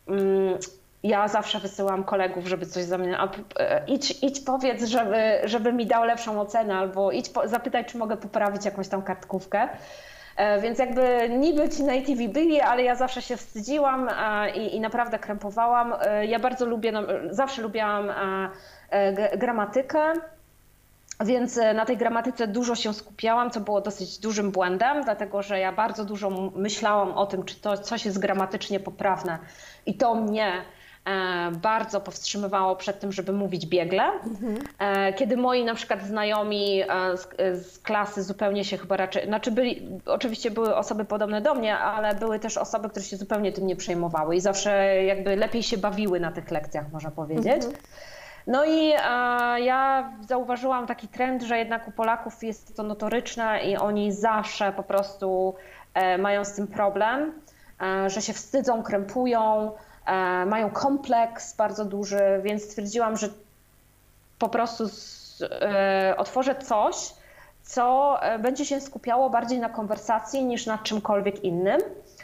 ja zawsze wysyłam kolegów, żeby coś za mnie, idź, idź powiedz, żeby, żeby mi dał lepszą ocenę, albo idź po, zapytaj, czy mogę poprawić jakąś tam kartkówkę. Więc jakby niby ci native'i byli, ale ja zawsze się wstydziłam i, i naprawdę krępowałam. Ja bardzo lubię, zawsze lubiłam gramatykę. Więc na tej gramatyce dużo się skupiałam, co było dosyć dużym błędem, dlatego że ja bardzo dużo myślałam o tym, czy to coś jest gramatycznie poprawne. I to mnie bardzo powstrzymywało przed tym, żeby mówić biegle. Mhm. Kiedy moi na przykład znajomi z, z klasy zupełnie się chyba raczej, znaczy byli, oczywiście były osoby podobne do mnie, ale były też osoby, które się zupełnie tym nie przejmowały i zawsze jakby lepiej się bawiły na tych lekcjach, można powiedzieć. Mhm. No i e, ja zauważyłam taki trend, że jednak u Polaków jest to notoryczne i oni zawsze po prostu e, mają z tym problem, e, że się wstydzą, krępują, e, mają kompleks bardzo duży, więc stwierdziłam, że po prostu z, e, otworzę coś, co będzie się skupiało bardziej na konwersacji niż na czymkolwiek innym.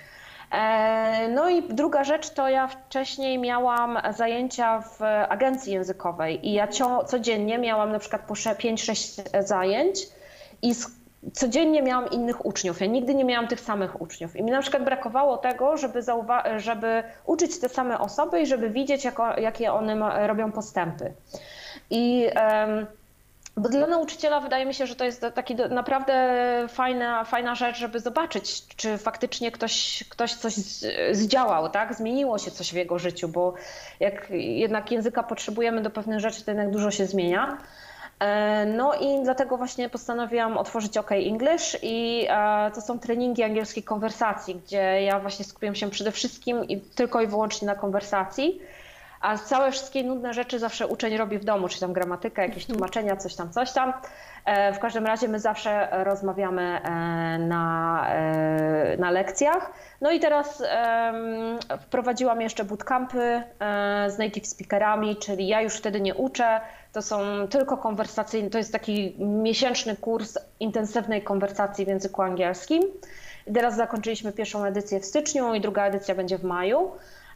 No i druga rzecz to ja wcześniej miałam zajęcia w agencji językowej i ja codziennie miałam na przykład po pięć sześć zajęć i codziennie miałam innych uczniów. Ja nigdy nie miałam tych samych uczniów i mi na przykład brakowało tego, żeby, żeby uczyć te same osoby i żeby widzieć, jako, jakie one ma, robią postępy. I um, Bo dla nauczyciela wydaje mi się, że to jest taki naprawdę fajna, fajna rzecz, żeby zobaczyć, czy faktycznie ktoś, ktoś coś zdziałał, tak? Zmieniło się coś w jego życiu, bo jak jednak języka potrzebujemy do pewnych rzeczy, to jednak dużo się zmienia. No i dlatego właśnie postanowiłam otworzyć OK English i to są treningi angielskiej konwersacji, gdzie ja właśnie skupiam się przede wszystkim i tylko i wyłącznie na konwersacji. A całe wszystkie nudne rzeczy zawsze uczeń robi w domu, czy tam gramatyka, jakieś tłumaczenia, coś tam, coś tam. W każdym razie my zawsze rozmawiamy na, na lekcjach. No i teraz wprowadziłam jeszcze bootcampy z native speakerami, czyli ja już wtedy nie uczę. To są tylko konwersacyjne, to jest taki miesięczny kurs intensywnej konwersacji w języku angielskim. I teraz zakończyliśmy pierwszą edycję w styczniu i druga edycja będzie w maju.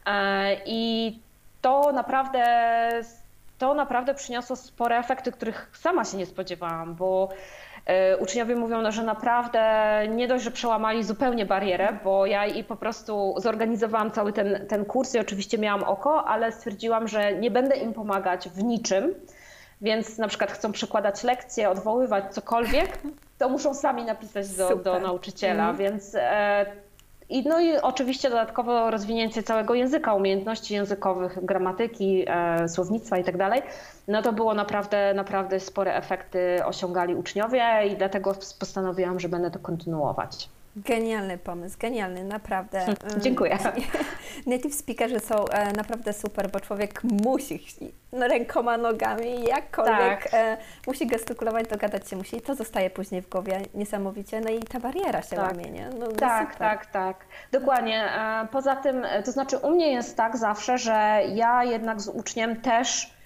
I To naprawdę, to naprawdę przyniosło spore efekty, których sama się nie spodziewałam, bo uczniowie mówią, no, że naprawdę nie dość, że przełamali zupełnie barierę, bo ja i po prostu zorganizowałam cały ten, ten kurs i oczywiście miałam oko, ale stwierdziłam, że nie będę im pomagać w niczym, więc na przykład chcą przekładać lekcje, odwoływać cokolwiek, to muszą sami napisać do, do nauczyciela, mm. więc e, I, no i oczywiście dodatkowo rozwinięcie całego języka, umiejętności językowych, gramatyki, e, słownictwa i tak dalej. No to było naprawdę, naprawdę spore efekty osiągali uczniowie i dlatego postanowiłam, że będę to kontynuować. Genialny pomysł, genialny, naprawdę. Dziękuję. Native speakerzy są e, naprawdę super, bo człowiek musi no, rękoma, nogami, jakkolwiek tak. e, musi gestykulować, dogadać się musi i to zostaje później w głowie niesamowicie, no i ta bariera się tak. łamie, nie? No, tak, super. tak, tak, dokładnie. E, poza tym, to znaczy u mnie jest tak zawsze, że ja jednak z uczniem też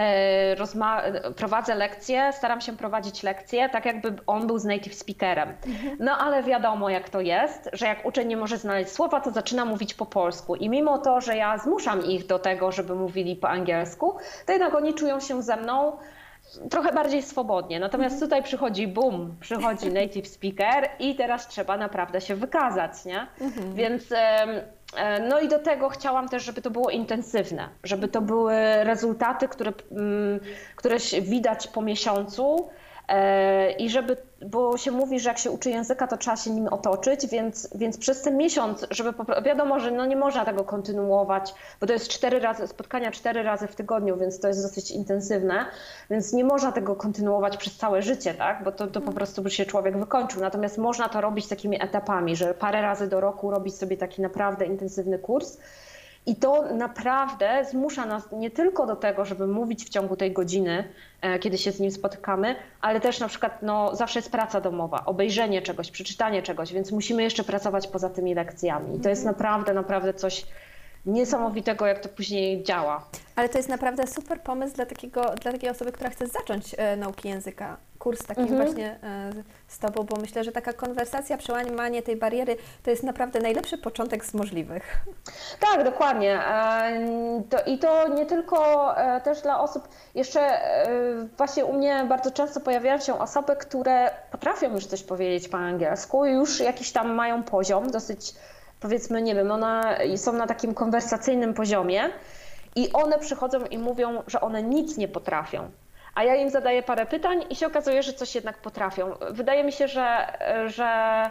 Rozma- prowadzę lekcje, staram się prowadzić lekcje, tak jakby on był z native speakerem. Mhm. No ale wiadomo jak to jest, że jak uczeń nie może znaleźć słowa, to zaczyna mówić po polsku i mimo to, że ja zmuszam ich do tego, żeby mówili po angielsku, to jednak oni czują się ze mną trochę bardziej swobodnie. Natomiast Mhm. tutaj przychodzi boom, przychodzi native speaker i teraz trzeba naprawdę się wykazać, nie? Mhm. Więc no i do tego chciałam też, żeby to było intensywne, żeby to były rezultaty, które, które widać po miesiącu i żeby, bo się mówi, że jak się uczy języka, to trzeba się nim otoczyć, więc, więc przez ten miesiąc, żeby wiadomo, że no nie można tego kontynuować, bo to jest cztery razy, spotkania cztery razy w tygodniu, więc to jest dosyć intensywne, więc nie można tego kontynuować przez całe życie, tak? Bo to, to po prostu by się człowiek wykończył. Natomiast można to robić takimi etapami, że parę razy do roku robić sobie taki naprawdę intensywny kurs. I to naprawdę zmusza nas nie tylko do tego, żeby mówić w ciągu tej godziny, kiedy się z nim spotykamy, ale też na przykład no, zawsze jest praca domowa, obejrzenie czegoś, przeczytanie czegoś, więc musimy jeszcze pracować poza tymi lekcjami. I to jest naprawdę, naprawdę coś niesamowitego, jak to później działa. Ale to jest naprawdę super pomysł dla, takiego, dla takiej osoby, która chce zacząć e, nauki języka. Kurs taki Mhm. właśnie e, z Tobą, bo myślę, że taka konwersacja, przełamanie tej bariery to jest naprawdę najlepszy początek z możliwych. Tak, dokładnie. E, to, I to nie tylko e, też dla osób, jeszcze e, właśnie u mnie bardzo często pojawiają się osoby, które potrafią już coś powiedzieć po angielsku, już jakiś tam mają poziom, dosyć powiedzmy, nie wiem, one są na takim konwersacyjnym poziomie i one przychodzą i mówią, że one nic nie potrafią. A ja im zadaję parę pytań i się okazuje, że coś jednak potrafią. Wydaje mi się, że, że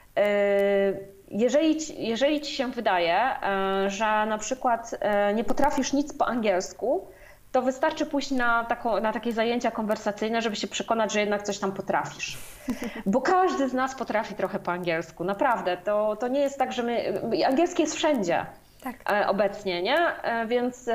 jeżeli, jeżeli ci się wydaje, że na przykład nie potrafisz nic po angielsku, to wystarczy pójść na, taką, na takie zajęcia konwersacyjne, żeby się przekonać, że jednak coś tam potrafisz. Bo każdy z nas potrafi trochę po angielsku, naprawdę. To, to nie jest tak, że my... Angielski jest wszędzie Tak. obecnie, nie? Więc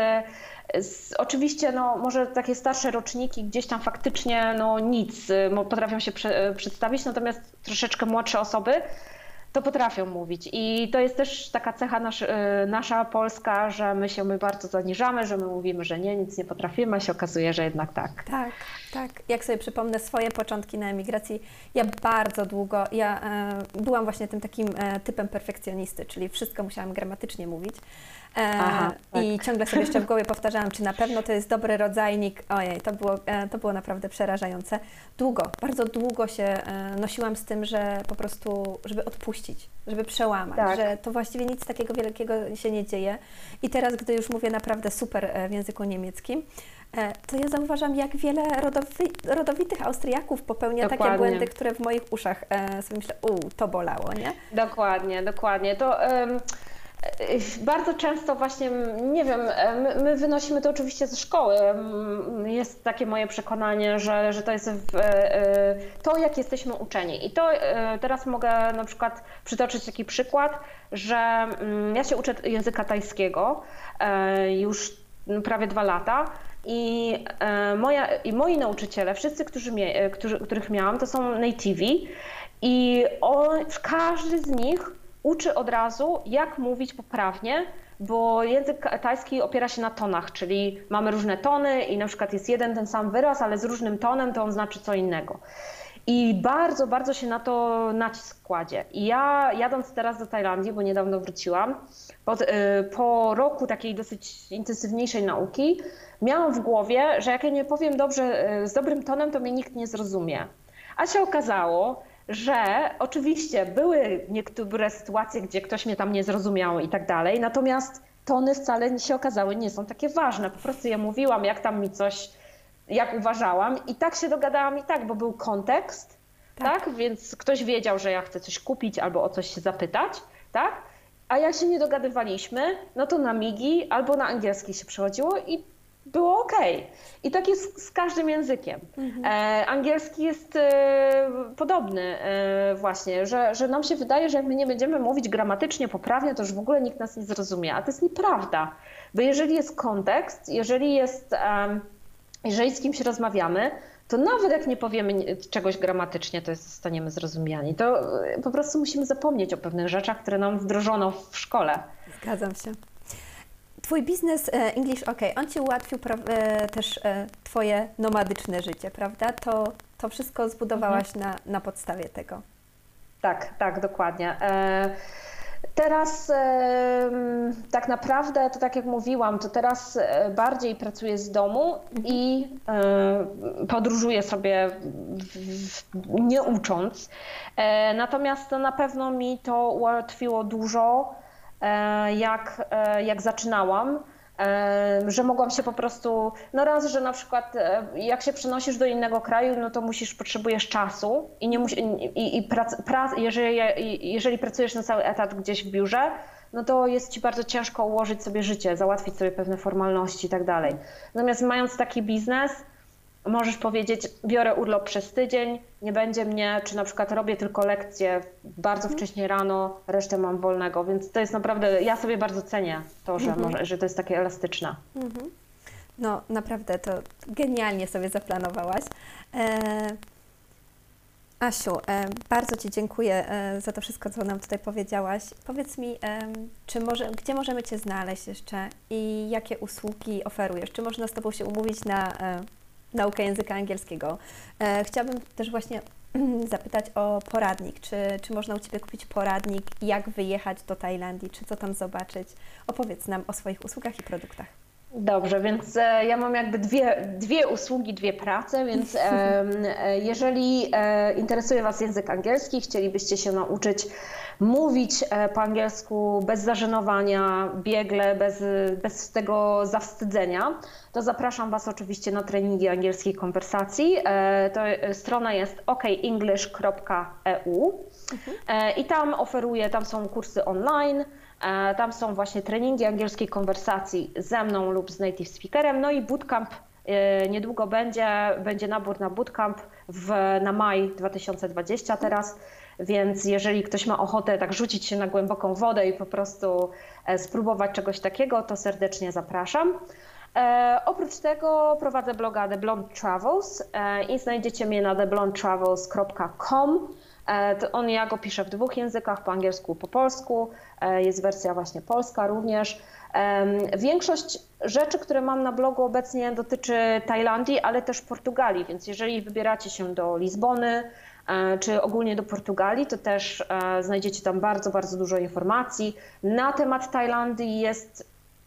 z, oczywiście no, może takie starsze roczniki gdzieś tam faktycznie no, nic potrafią się prze, przedstawić, natomiast troszeczkę młodsze osoby to potrafią mówić i to jest też taka cecha nasz, nasza polska, że my się my bardzo zaniżamy, że my mówimy, że nie, nic nie potrafimy, a się okazuje, że jednak tak. Tak, tak. Jak sobie przypomnę swoje początki na emigracji, ja bardzo długo, ja e, byłam właśnie tym takim e, typem perfekcjonisty, czyli wszystko musiałam gramatycznie mówić. E, Aha, tak. I ciągle sobie jeszcze w głowie powtarzałam, czy na pewno to jest dobry rodzajnik. Ojej, to było, e, to było naprawdę przerażające. Długo, bardzo długo się e, nosiłam z tym, że po prostu, żeby odpuścić, żeby przełamać, Tak. że to właściwie nic takiego wielkiego się nie dzieje. I teraz, gdy już mówię naprawdę super w języku niemieckim, to ja zauważam, jak wiele rodowi, rodowitych Austriaków popełnia Dokładnie. takie błędy, które w moich uszach e, sobie myślę, u, to bolało, nie? Dokładnie, dokładnie. To um, bardzo często właśnie, nie wiem, my, my wynosimy to oczywiście ze szkoły. Jest takie moje przekonanie, że, że to jest w, to, jak jesteśmy uczeni. I to teraz mogę na przykład przytoczyć taki przykład, że ja się uczę języka tajskiego już prawie dwa lata. I, moja, I moi nauczyciele, wszyscy, którzy mie, którzy, których miałam, to są nativi i on, każdy z nich uczy od razu, jak mówić poprawnie, bo język tajski opiera się na tonach, czyli mamy różne tony i na przykład jest jeden ten sam wyraz, ale z różnym tonem to on znaczy co innego. I bardzo, bardzo się na to nacisk kładzie. I ja jadąc teraz do Tajlandii, bo niedawno wróciłam, pod, po roku takiej dosyć intensywniejszej nauki, miałam w głowie, że jak ja nie powiem dobrze, z dobrym tonem, to mnie nikt nie zrozumie. A się okazało, że oczywiście były niektóre sytuacje, gdzie ktoś mnie tam nie zrozumiał i tak dalej, natomiast tony wcale się okazały nie są takie ważne. Po prostu ja mówiłam, jak tam mi coś, jak uważałam i tak się dogadałam i tak, bo był kontekst, tak. tak? Więc ktoś wiedział, że ja chcę coś kupić albo o coś się zapytać, tak? A jak się nie dogadywaliśmy, no to na migi albo na angielski się przechodziło i było okej. I tak jest z każdym językiem. Mhm. E, angielski jest e, podobny e, właśnie, że, że nam się wydaje, że jak my nie będziemy mówić gramatycznie poprawnie, to już w ogóle nikt nas nie zrozumie. A to jest nieprawda. Bo jeżeli jest kontekst, jeżeli jest, e, jeżeli z kimś rozmawiamy, to nawet jak nie powiemy czegoś gramatycznie, to zostaniemy zrozumiani. To po prostu musimy zapomnieć o pewnych rzeczach, które nam wdrożono w szkole. Zgadzam się. Twój biznes English OK, on Ci ułatwił też Twoje nomadyczne życie, prawda? To, to wszystko zbudowałaś mhm. na, na podstawie tego. Tak, tak, dokładnie. Teraz tak naprawdę, to tak jak mówiłam, to teraz bardziej pracuję z domu i podróżuję sobie nie ucząc. Natomiast na pewno mi to ułatwiło dużo, jak, jak zaczynałam. Że mogłam się po prostu, no raz, że na przykład jak się przenosisz do innego kraju, no to musisz, potrzebujesz czasu i, nie musi, i, i prac, prac, jeżeli, jeżeli pracujesz na cały etat gdzieś w biurze, no to jest ci bardzo ciężko ułożyć sobie życie, załatwić sobie pewne formalności i tak dalej. Natomiast mając taki biznes, możesz powiedzieć, biorę urlop przez tydzień, nie będzie mnie, czy na przykład robię tylko lekcje bardzo wcześnie rano, resztę mam wolnego, więc to jest naprawdę, ja sobie bardzo cenię to, że, mhm. może, że to jest takie elastyczne. Mhm. No naprawdę, to genialnie sobie zaplanowałaś. E... Asiu, e, bardzo Ci dziękuję e, za to wszystko, co nam tutaj powiedziałaś. Powiedz mi, e, czy może, gdzie możemy Cię znaleźć jeszcze i jakie usługi oferujesz? Czy można z Tobą się umówić na e, naukę języka angielskiego? E, chciałabym też właśnie zapytać o poradnik. Czy, czy można u Ciebie kupić poradnik, jak wyjechać do Tajlandii, czy co tam zobaczyć? Opowiedz nam o swoich usługach i produktach. Dobrze, więc e, ja mam jakby dwie, dwie usługi, dwie prace, więc e, e, jeżeli e, interesuje Was język angielski, chcielibyście się nauczyć mówić e, po angielsku bez zażenowania, biegle, bez, bez tego zawstydzenia, to zapraszam Was oczywiście na treningi angielskiej konwersacji. E, to e, strona jest ok english kropka e u mhm. e, i tam oferuję, tam są kursy online. Tam są właśnie treningi angielskiej konwersacji ze mną lub z native speakerem, no i bootcamp niedługo będzie, będzie nabór na bootcamp w, na maj dwa tysiące dwudziesty teraz, więc jeżeli ktoś ma ochotę tak rzucić się na głęboką wodę i po prostu spróbować czegoś takiego, to serdecznie zapraszam. E, oprócz tego prowadzę bloga The Blonde Travels e, i znajdziecie mnie na the blonde travels kropka com. To on, ja go piszę w dwóch językach, po angielsku i po polsku. Jest wersja właśnie polska również. Większość rzeczy, które mam na blogu obecnie dotyczy Tajlandii, ale też Portugalii, więc jeżeli wybieracie się do Lizbony czy ogólnie do Portugalii, to też znajdziecie tam bardzo, bardzo dużo informacji. Na temat Tajlandii jest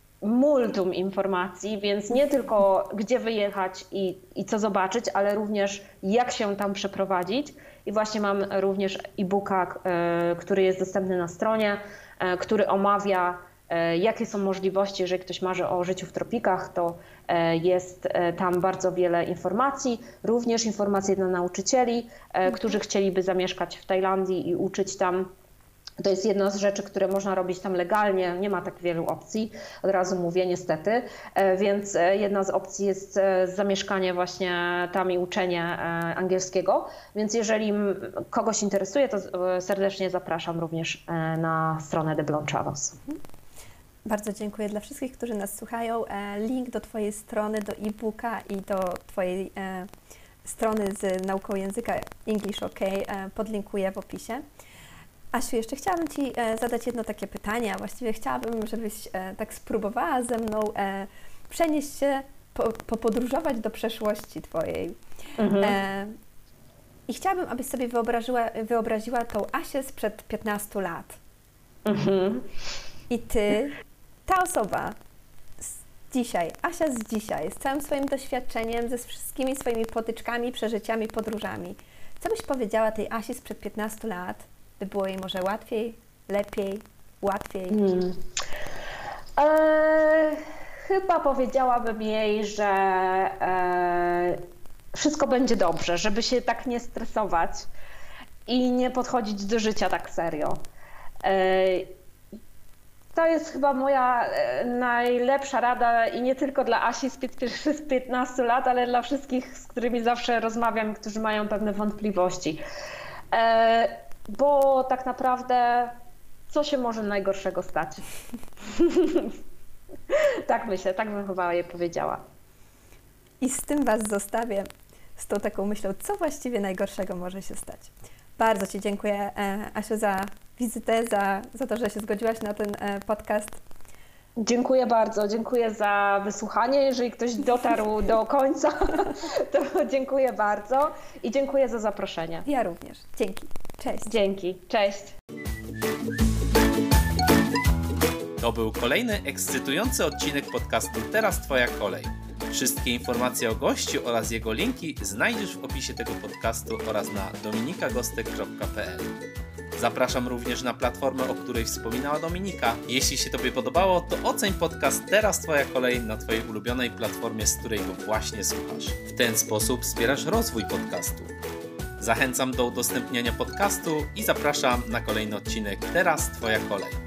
multum informacji, więc nie tylko gdzie wyjechać i, i co zobaczyć, ale również jak się tam przeprowadzić. I właśnie mam również e-booka, który jest dostępny na stronie, który omawia, jakie są możliwości, jeżeli ktoś marzy o życiu w tropikach, to jest tam bardzo wiele informacji, również informacje dla nauczycieli, którzy chcieliby zamieszkać w Tajlandii i uczyć tam. To jest jedna z rzeczy, które można robić tam legalnie, nie ma tak wielu opcji, od razu mówię niestety, więc jedna z opcji jest zamieszkanie właśnie tam i uczenie angielskiego, więc jeżeli kogoś interesuje, to serdecznie zapraszam również na stronę The Blonde Travels. Bardzo dziękuję dla wszystkich, którzy nas słuchają. Link do Twojej strony, do e-booka i do Twojej strony z nauką języka English OK podlinkuję w opisie. Asiu, jeszcze chciałabym Ci zadać jedno takie pytanie, a właściwie chciałabym, żebyś tak spróbowała ze mną przenieść się, popodróżować do przeszłości Twojej. Mhm. I chciałabym, abyś sobie wyobraziła, wyobraziła tą Asię sprzed piętnastu lat. Mhm. I Ty, ta osoba z dzisiaj, Asia z dzisiaj, z całym swoim doświadczeniem, ze wszystkimi swoimi potyczkami, przeżyciami, podróżami. Co byś powiedziała tej Asi sprzed piętnastu lat? By było jej może łatwiej, lepiej, łatwiej? Hmm. Eee, chyba powiedziałabym jej, że e, wszystko będzie dobrze, żeby się tak nie stresować i nie podchodzić do życia tak serio. Eee, to jest chyba moja e, najlepsza rada i nie tylko dla Asi z piętnastu lat, ale dla wszystkich, z którymi zawsze rozmawiam, którzy mają pewne wątpliwości. Eee, Bo tak naprawdę co się może najgorszego stać? Tak myślę, tak bym chyba jej powiedziała. I z tym Was zostawię, z tą taką myślą, co właściwie najgorszego może się stać. Bardzo Ci dziękuję, Asiu, za wizytę, za, za to, że się zgodziłaś na ten podcast. Dziękuję bardzo, dziękuję za wysłuchanie. Jeżeli ktoś dotarł do końca, to dziękuję bardzo i dziękuję za zaproszenie. Ja również. Dzięki. Cześć. Dzięki. Cześć. To był kolejny ekscytujący odcinek podcastu Teraz Twoja kolej. Wszystkie informacje o gościu oraz jego linki znajdziesz w opisie tego podcastu oraz na dominikagostek kropka p l. Zapraszam również na platformę, o której wspominała Dominika. Jeśli się Tobie podobało, to oceń podcast Teraz Twoja kolej na Twojej ulubionej platformie, z której go właśnie słuchasz. W ten sposób wspierasz rozwój podcastu. Zachęcam do udostępniania podcastu i zapraszam na kolejny odcinek Teraz Twoja kolej.